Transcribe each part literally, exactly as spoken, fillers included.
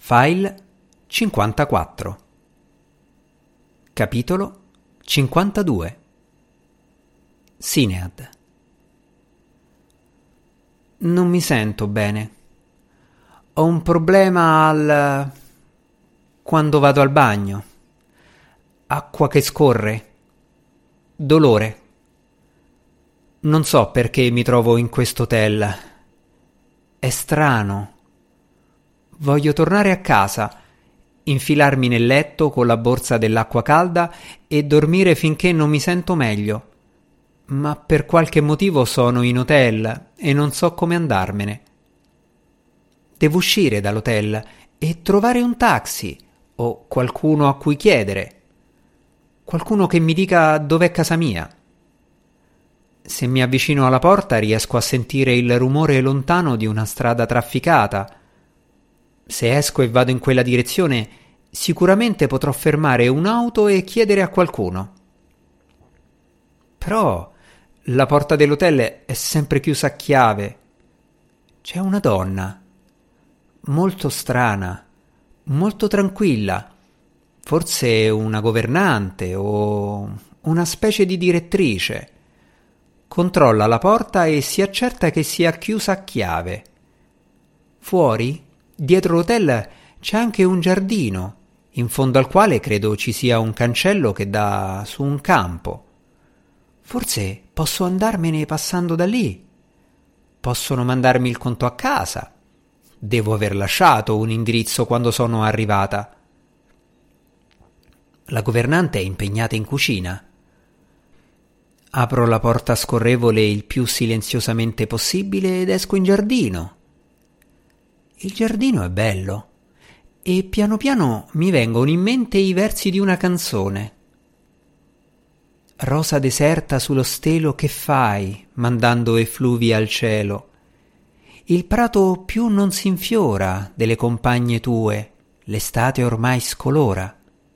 File cinquantaquattro. Capitolo cinquantadue. Sinead. Non mi sento bene. Ho un problema al... quando vado al bagno. Acqua che scorre. Dolore. Non so perché mi trovo in quest'hotel. È strano. Voglio tornare a casa, infilarmi nel letto con la borsa dell'acqua calda e dormire finché non mi sento meglio. Ma per qualche motivo sono in hotel e non so come andarmene. Devo uscire dall'hotel e trovare un taxi o qualcuno a cui chiedere. Qualcuno che mi dica dov'è casa mia. Se mi avvicino alla porta riesco a sentire il rumore lontano di una strada trafficata. Se esco e vado in quella direzione, sicuramente potrò fermare un'auto e chiedere a qualcuno. Però la porta dell'hotel è sempre chiusa a chiave. C'è una donna, molto strana, molto tranquilla, forse una governante o una specie di direttrice. Controlla la porta e si accerta che sia chiusa a chiave. Fuori, dietro l'hotel, c'è anche un giardino, in fondo al quale credo ci sia un cancello che dà su un campo. Forse posso andarmene passando da lì. Possono mandarmi il conto a casa. Devo aver lasciato un indirizzo quando sono arrivata. La governante è impegnata in cucina. Apro la porta scorrevole il più silenziosamente possibile ed esco in giardino. Il giardino è bello e piano piano mi vengono in mente i versi di una canzone. Rosa deserta sullo stelo che fai, mandando effluvi al cielo. Il prato più non si infiora delle compagne tue, l'estate ormai scolora.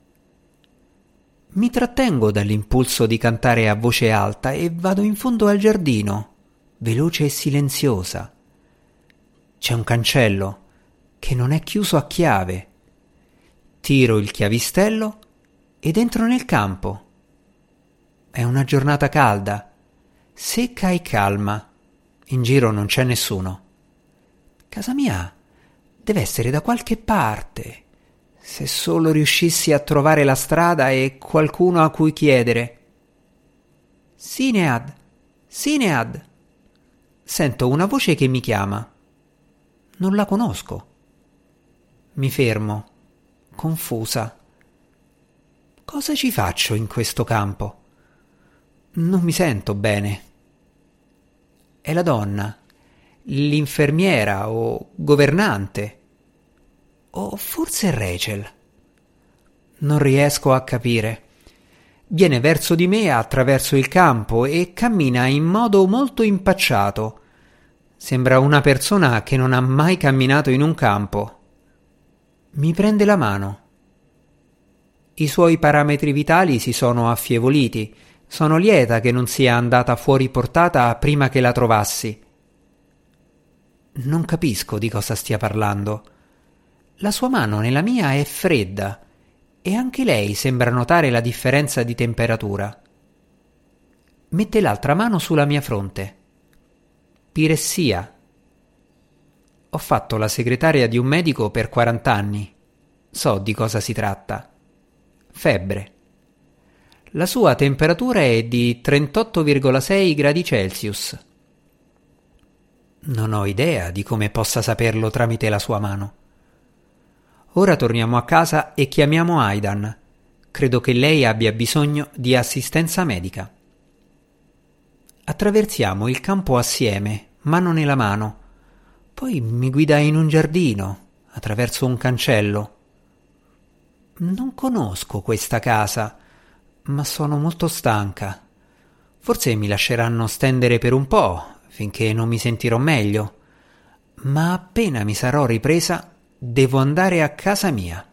Mi trattengo dall'impulso di cantare a voce alta e vado in fondo al giardino, veloce e silenziosa. C'è un cancello che non è chiuso a chiave. Tiro il chiavistello ed entro nel campo. È una giornata calda, secca e calma. In giro non c'è nessuno. Casa mia deve essere da qualche parte. Se solo riuscissi a trovare la strada e qualcuno a cui chiedere. Sinead, Sinead. Sento una voce che mi chiama. Non la conosco. Mi fermo, confusa. Cosa ci faccio in questo campo? Non mi sento bene. È la donna, l'infermiera o governante. O forse Rachel. Non riesco a capire. Viene verso di me attraverso il campo e cammina in modo molto impacciato. Sembra una persona che non ha mai camminato in un campo. Mi prende la mano. I suoi parametri vitali si sono affievoliti. Sono lieta che non sia andata fuori portata prima che la trovassi. Non capisco di cosa stia parlando. La sua mano nella mia è fredda e anche lei sembra notare la differenza di temperatura. Mette l'altra mano sulla mia fronte. Piressia. Ho fatto la segretaria di un medico per quarant'anni. So di cosa si tratta. Febbre. La sua temperatura è di trentotto virgola sei gradi Celsius. Non ho idea di come possa saperlo tramite la sua mano. Ora torniamo a casa e chiamiamo Aidan. Credo che lei abbia bisogno di assistenza medica. Attraversiamo il campo assieme, mano nella mano. Poi mi guida in un giardino, attraverso un cancello. Non conosco questa casa, ma sono molto stanca. Forse mi lasceranno stendere per un po', finché non mi sentirò meglio. Ma appena mi sarò ripresa, devo andare a casa mia.